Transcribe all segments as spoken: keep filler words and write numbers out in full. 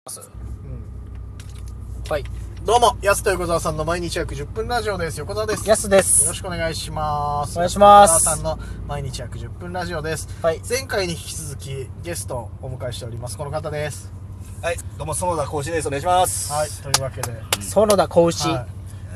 うん、はい。 どうも、やすと横澤さんの毎日約じゅっぷんラジオです。横澤です。 やすです。 よろしくお願いします。 お願いします。 横澤さんの毎日約じゅっぷんラジオです。はい。前回に引き続きゲストをお迎えしております。この方です。 はい、どうも園田浩司です。お願いします。 はい、というわけで、 園田浩司、 はい、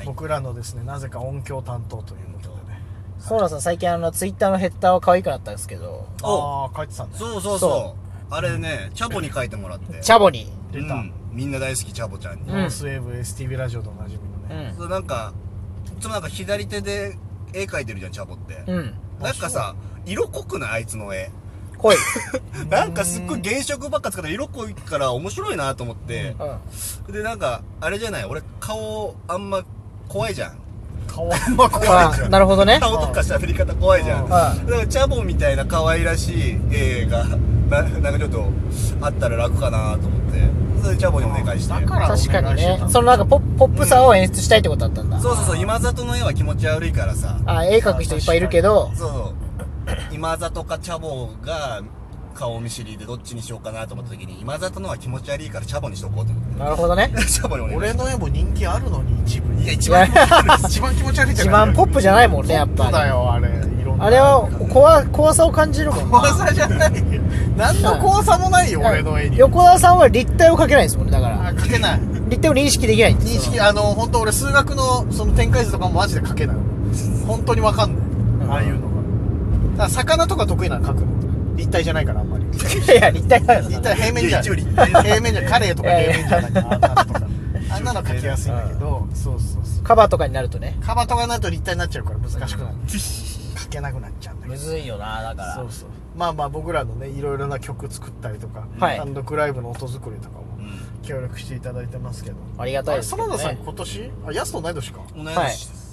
僕らのですね、なぜか音響担当ということでね。 園田さん最近あのツイッターのヘッダーは可愛くなったんですけど、 ああ、書いてたんだ。 そうそうそう。あれね、チャボに書いてもらって。 チャボに出た。 うんみんな大好きチャボちゃんに、 ノースウェーブ エスティービー ラジオでおなじみのね、 うん、なんかいつもなんか左手で絵描いてるじゃんチャボって、うん、なんかさ色濃くないあいつの絵濃いなんかすっごい原色ばっか使って色濃いから面白いなと思って、うん、でなんかあれじゃない俺顔あんま怖いじゃん顔あんま怖いじゃんなるほどね顔とか喋り方怖いじゃん、うん、だからチャボみたいな可愛らしい絵がな, なんかちょっとあったら楽かなと思ってそれでチャボにお願いしてだから確かにねそのなんかポッ ポップさを演出したいってことだったんだ、 うん、そうそうそう今里の絵は気持ち悪いからさあ絵描く人いっぱいいるけどそうそう今里かチャボが顔見知りでどっちにしようかなと思った時に今里のは気持ち悪いからチャボにしとこうと思ってなるほどねチャボにお願い俺の絵も人気あるのに一部いや一番一番気持ち悪いじゃない一番ポップじゃないもんねやっぱポップだよあれあれは怖、怖さを感じるもん怖さじゃないよ何の怖さもないよ俺の絵に横田さんは立体を描けないんですもんねだから描けない立体を認識できないんです認識あの本当俺数学のその展開図とかもマジで描けない本当に分かんない、うん、ああいうのがだから魚とか得意なの描くの立体じゃないからあんまりいや立体だよ立体平面じゃない平面じゃカレーとか平面じゃないからあんなのとかあんなの描きやすいんだけど、うん、そうそうそうカバーとかになるとねカバーとかになると立体になっちゃうから難しくなる、うん書けなくなっちゃうんだけどむずいよなだからそうそうまあまあ僕らのねいろいろな曲作ったりとか、はい、単独ライブの音作りとかも協力していただいてますけど、うん、 ありがたいですけどね園田さん今年あやすと同い年か同い年です、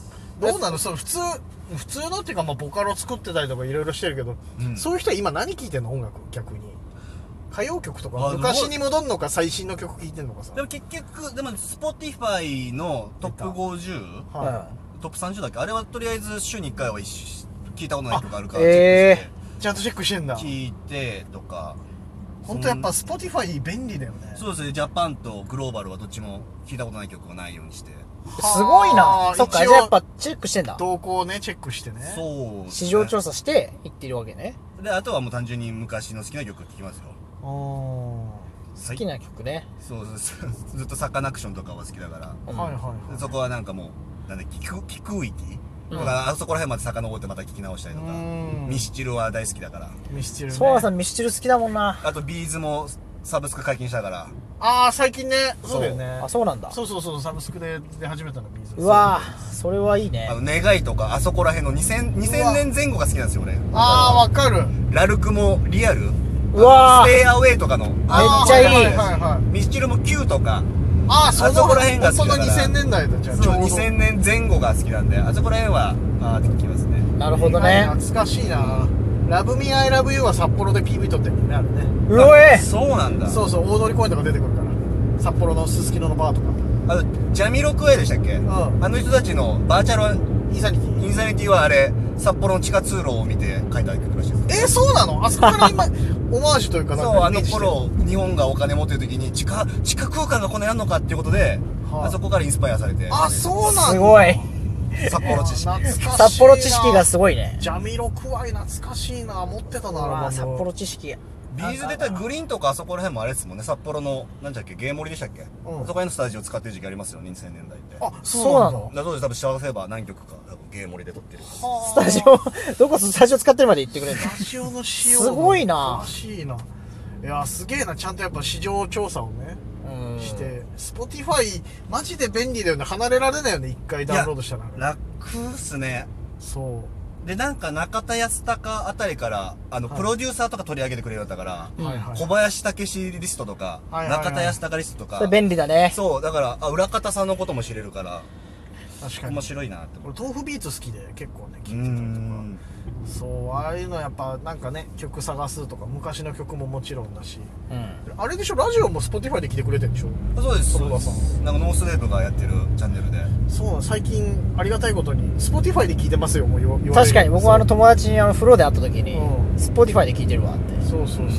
はい、どうなのその普通普通のっていうかまあボカロ作ってたりとかいろいろしてるけど、うん、そういう人は今何聴いてんの音楽逆に歌謡曲とか昔に戻んのか最新の曲聴いてんのかさでも結局でも Spotify のトップごじゅう、はい、トップさんじゅうだっけあれはとりあえず週にいっかいは一緒聞いたことない曲あるからチェックして、 えー、ちゃんとチェックしてんだ聞いてとか本当やっぱ Spotify 便利だよねそうですねジャパンとグローバルはどっちも聞いたことない曲がないようにしてすごいなそっかじゃあやっぱチェックしてんだ動向をねチェックしてねそう、ね、 市場調査していってるわけねであとはもう単純に昔の好きな曲聴きますよ好きな曲ねそうそうずっとサカナクションとかは好きだから、 うん、はいはい、はい、 そこはなんかもうなんだ聞く聞く域だからあそこら辺まで遡ってまた聞き直したりとかミスチルは大好きだからミスチルねそうさんミスチル好きだもんなあとビーズもサブスク解禁したからああ最近ねそうだよねあそうなんだそうそうそうサブスクで出始めたのビーズうわそれはいいねあの願いとかあそこら辺のにせんねんぜん後が好きなんですよ俺ああわかるラルクもリアルうわステイアウェイとかのめっちゃいい、 はいはいはい、 ミスチルも Q とかああそこら辺が好きだからそのにせんねんだいだじゃあそうにせんねんぜん後が好きなんであそこら辺はあーって聞きますねなるほどね懐かしいなラブミーアイラブユーは札幌で ピーブイ 撮ってるんだよねあるねうおえそうなんだそうそう大通公園とか出てくるから札幌のすすきののバーとかあとジャミロクワイでしたっけ、うん、あの人たちのバーチャルインサニティインサニティはあれ札幌の地下通路を見て書いた曲らしいですえー、そうなのあそこから今オマージュというかなんかそうあの頃日本がお金持ってる時に地下地下空間がこんなやんのかっていうことで、はあ、あそこからインスパイアされてあそうなんだすごい札幌知識札幌知識がすごいねジャミロクワイ懐かしいな持ってたな札幌知識ビーズ出たグリーンとかあそこら辺もあれですもんね札幌のなんだっけゲーモリでしたっけ、うん、あそこら辺のスタジオ使ってる時期ありますよにせんねんだいってあそうなのだそうです多分シャワーセーバー何曲か多分ゲーモリで撮ってるスタジオどこスタジオ使ってるまで言ってくれるのスタジオの仕様すごいな難しいないやすげえなちゃんとやっぱ市場調査をねして Spotify マジで便利だよね離れられないよね一回ダウンロードしたら楽っすねそうでなんか中田康隆あたりからあの、はい、プロデューサーとか取り上げてくれるようだから、はいはいはい、小林武史リストとか、はいはいはい、中田康隆リストとかそれ便利だねそうだからあ裏方さんのことも知れるから確かに面白いなって俺豆腐ビーツ好きで結構ね聴いてたりとかそうああいうのやっぱなんかね曲探すとか昔の曲ももちろんだし、うん、あれでしょラジオも Spotify で聴いてくれてるんでしょそうですそうですなんかノースウェーブがやってるチャンネルでそう最近ありがたいことに Spotify で聴いてますよもう言われる確かに僕はあの友達にあの風呂で会った時に、うん、Spotify で聴いてるわってそうそうそう意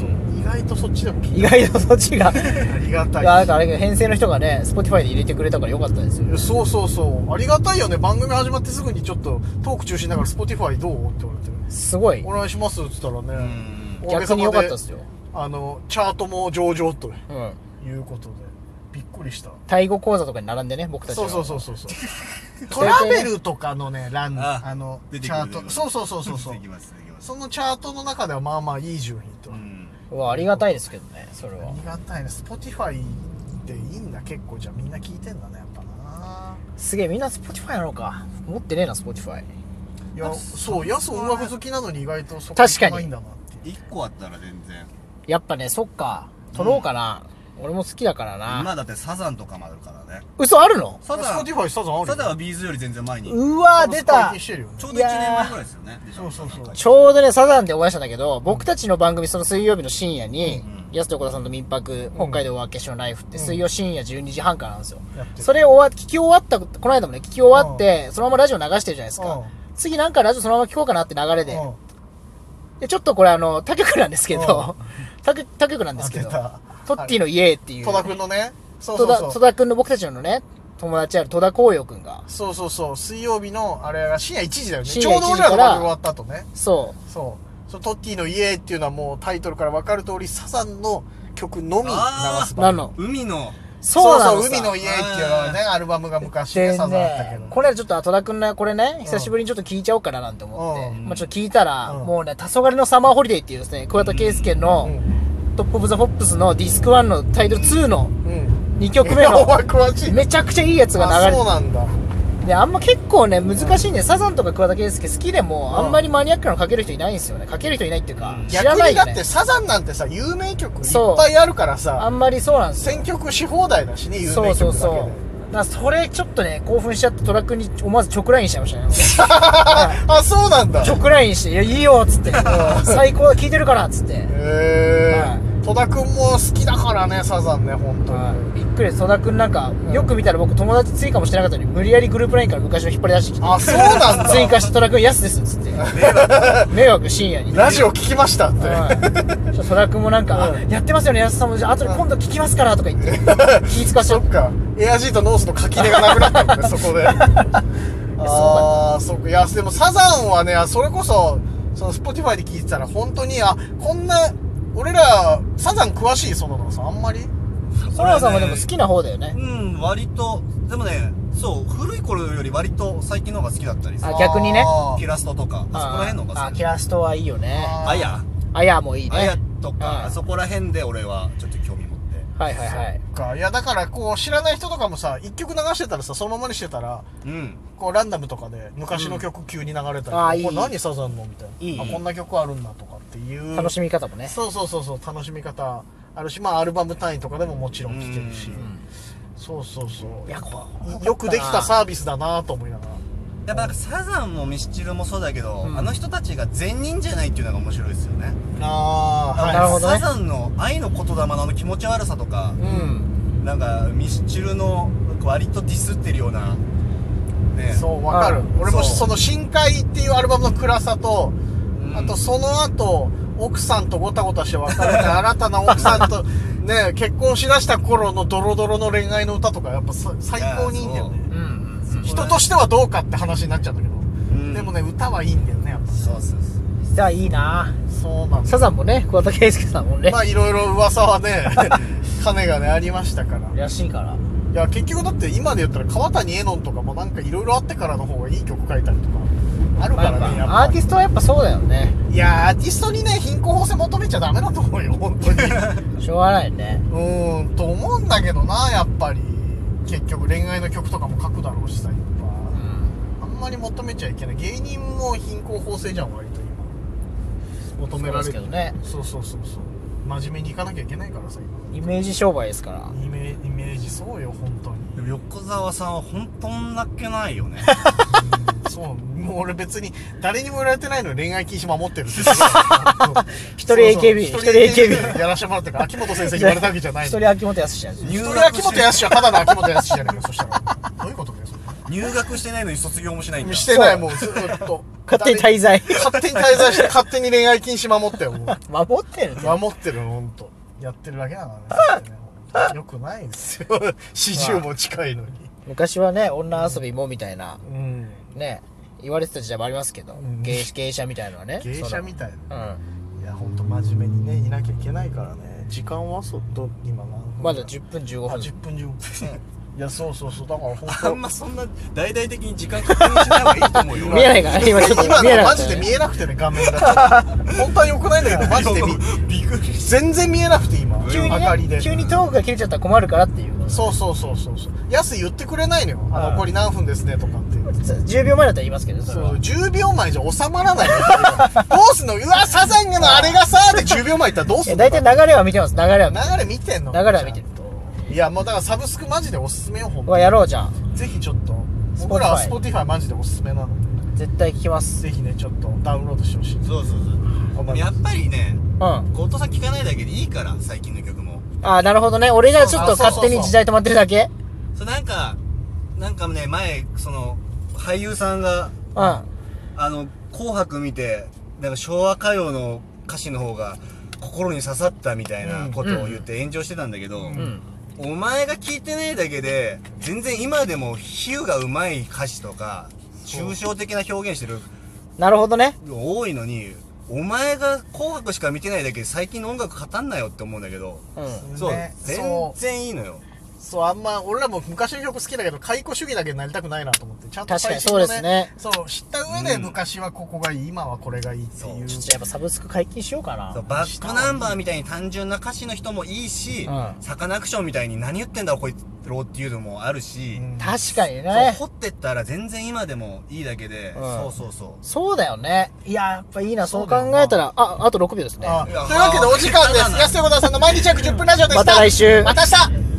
意外とそっちでも聞い意外とそっちがありがたい。 いや、なんかあれ編成の人がね Spotify で入れてくれたからよかったですよ。 そうそうそうありがたいよね。番組始まってすぐにちょっとトーク中心ながら Spotify どうって言われてすごいお願いしますって言ったらね、おかげ逆さまによかったですよ。 あのチャートも上々とうんいうことでびっくりした。 タイ語講座とかに並んでね僕たちそうはそうそうそうそうトラベルとかのねランああの出てチャートくる出てくるそうそうそうそうそうできますできますそのチャートの中ではまあまあいい順位と、 うんうわありがたいですけどねそれは。 ありがたいね。 Spotify でいいんだ結構。じゃあみんな聞いてんだねやっぱな。 すげえみんな Spotify なのか。持ってねえな Spotify。 いやそうやす音楽好きなのに意外とそこ確かにないんだなっていう。 いっこあったら全然やっぱねそっか撮ろうかな、うん、俺も好きだからな。 今だってサザンとかもあるからね。 嘘あるの？ サザン Spotify サザンあるよサザンはビーズより全然前にうわ出た。 解禁してるよねちょうどいちねんまえぐらいですよね。 そうそうそうちょうどねサザンでお会いしたんだけど、僕たちの番組その水曜日の深夜に、 うん安と横田さんと民泊北海道ワーケーションライフってうん水曜深夜じゅうにじはんからなんですよ、 やってるそれ終わ聞き終わったこの間もね聞き終わってそのままラジオ流してるじゃないですか、 うん次なんかラジオそのまま聞こうかなって流れで、 うんでちょっとこれあの他局なんですけど他局他局なんですけどあ出たトッティの家っていう戸田くんのねそう戸田そうそう戸田くんの僕たちのね友達ある戸田光陽くんがそうそうそう水曜日のあれが深夜いちじだよね。 深夜ちょうど俺らの番組終わった後ね。 そうそうそのトッティの家っていうのはもうタイトルから分かる通りサザンの曲のみ流す番組。 なの海のそうなのさそうそう海の家っていうのはねアルバムが昔ねでサザンあったけねど、 これちょっと戸田くんのこれね久しぶりにちょっと聞いちゃおうかななんて思って、 うんまあ、ちょっと聞いたら、 うんもうね黄昏のサマーホリデーっていうですね桑田佳祐の、トップオブザポップスのディスクワンのタイトルツーのうんうんにきょくめお前の詳しいめちゃくちゃいいやつがあ流れそうなんだ。 てであんま結構ね難しいね、サザンとか桑田佳祐好きでも、 うんあんまりマニアックなのかける人いないんですよね。かける人いないっていうか、 うん知らないよね逆にだってサザンなんてさ有名曲いっそうぱいあるからあさんまりそうなんですよ。 選曲し放題だしね有名そう曲だけでそうそうだからそれちょっとね興奮しちゃって戸田君に思わず直ラインしちゃいましたねあそうなんだ。 直ラインして「いやいいよ」っつってもう最高だ聞いてるからっつってへえは戸田くんも好きだからねサザンね本当に、 はいびっくりです。戸田君なんかよく見たら僕友達追加もしてなかったのに無理やりグループラインから昔の引っ張り出してきてあそうなんだ追加して戸田君安ですっつって迷惑深夜にラジオ聞きましたって、 はい戸田君もなんか、 うんあやってますよね安さんもじゃあ後で今度聞きますからとか言って気使わしちゃっそっかエアジーとノースの垣根がなくなったのねそこでああそっか。いやでもサザンはねそれこそその Spotify で聞いてたら本当にあこんな俺らサザン詳しいそののさあんまりソラさんもでも好きな方だよね。 うん割とでもねそう古い頃より割と最近の方が好きだったりさあ逆にねあーキラストとかあそこら辺の方が好きあキラストはいいよね。 あーあやあやもいいね。 あやとうんかあそこら辺で俺はちょっと興味持ってはいはいはい。 かいやだからこう知らない人とかもさ一曲流してたらさそのままにしてたらうんこうランダムとかで昔の曲急に流れたり、 うんあーいいこれ何サザンのみたいないいあこんな曲あるんだとかっていう楽しみ方もね。 そうそうそうそう楽しみ方あるしまあアルバム単位とかでももちろん聴けるし、 うんそうそうそういやこうよくできたサービスだなと思いながらやっぱなんかサザンもミスチルもそうだけど、 うんあの人たちが善人じゃないっていうのが面白いですよね。 ああなるほどねサザンの愛の言霊のあの気持ち悪さとか、 うん。 なんかミスチルの割とディスってるようなねそうわかるうん俺もそうその「深海」っていうアルバムの暗さと、 うんあとその後奥さんとごたごたして別れて新たな奥さんとね結婚しだした頃のドロドロの恋愛の歌とかやっぱさ最高にいいんだよねうんうん人としてはどうかって話になっちゃうんだけど、 うんでもね歌はいいんだよねやっぱそうそうそうじゃあいいな。 そうなんだサザンもね桑田佳祐さんもねまあいろいろ噂はね金がねありましたかららしいから。 いや結局だって今で言ったら川谷絵音とかもなんかいろいろあってからの方がいい曲書いたりとかあるまあやっからねやっぱぱアーティストはやっぱそうだよね。 いやーアーティストにね貧困法制求めちゃダメだと思うよ本当にしょうがないね。 うーんと思うんだけどなやっぱり結局恋愛の曲とかも書くだろうしさやっぱあんまり求めちゃいけない芸人も貧困法制じゃん割と今求められるそうですけどねそうそうそうそう真面目にいかなきゃいけないからさ今イメージ商売ですから。 イメイメージそうよ本当にでも横澤さんは本当んなっけないよねうんそうもう俺別に誰にも言われてないのに恋愛禁止守ってるって一人 エーケービーそう一人 エーケービー一人やらしてもらってるから秋元先生に言われたわけじゃないの一人秋元康じゃん。 一人秋元康はただの秋元康じゃねえかそしたらどういうことだよそれ入学してないのに卒業もしないんだ。 してない、もうずっと。 勝手に滞在。 勝手に滞在して勝手に恋愛禁止守ってよ、もう。 守ってるね。 守ってるの、ほんと。やってるだけだからね。よくないんですよ。四十も近いのに。 昔はね、女遊びもみたいな、 うん。 ね、言われてた時代もありますけど、 ん芸芸者みたいなのはね。 芸者みたいな。 な。うん。 いや、ほんと真面目にね、いなきゃいけないからね。時間はそっと、今な。 まだじゅっぷんじゅうごふあ、 ん。 じゅっぷんじゅうごふん。いや、そうそうそう。だからほんあんまそんな大々的に時間確認しない方がいいと思うよ。 見えないから、今ちょっと今見えなかったね。 のマジで見えなくてね、画面が。本当は良くないんだけど、マジで見びっくりし全然見えなくて今。 急に明かりでね、。急にトークが切れちゃったら困るからっていう。 そうそうそうそうそう。やす言ってくれないのよ。あ、残り何分ですねとかって。 じゅうびょうまえだったら言いますけど、それはそう、じゅうびょうまえじゃ収まらないよ。どうすんの、うわ、サザンがのあれがさーってじゅうびょうまえいったらどうすんの。 いや、大体流れは見てます、流れは見て流れ見てんの。 流れは見てる。 いや、もうだからサブスクマジでおすすめよ、ほんうわ、やろうじゃん。 ぜひちょっと。僕らは Spotify マジでおすすめなので。 絶対聞きます。 ぜひね、ちょっとダウンロードしてほしい。 そうそうそう。やっぱりね、 うん。あ後藤さん聞かないだけでいいから、最近の曲も。 あ、なるほどね。俺がちょっと勝手に時代止まってるだけ。 そう、なんか、なんかね、前、その、俳優さんが、 うん。 あの、紅白見て、なんか昭和歌謡の歌詞の方が心に刺さったみたいなことを言って炎上してたんだけど、 うん。 お前が聞いてないだけで、全然今でも比喩がうまい歌詞とか、抽象的な表現してるなるほどね。 多いのに、お前が紅白しか見てないだけで最近の音楽語んなよって思うんだけど、 うん。 そう、 ね全そう然いいのよ。 そう、あんま、俺らも昔の曲好きだけど、解雇主義だけになりたくないなと思って、ちゃんと確かに最新のそうですね。 そう、知った上で昔はここがいい、今はこれがいいっていう。 ちょっとやっぱサブスク解禁しようかな。 そうバックナンバーみたいに単純な歌詞の人もいいし、 うんサカナクションみたいに何言ってんだこいつろっていうのもあるし、 うん確かにそうね。 掘ってったら全然今でもいいだけで、 うんそうそうそう。 そうだよね。いや、やっぱいいな。そう考そうだよなえたら、あ、あとろくびょうですね。 あいやというわけでお時間です。安手小田さんの毎日約じゅっぷんラジオでした。 また来週また明日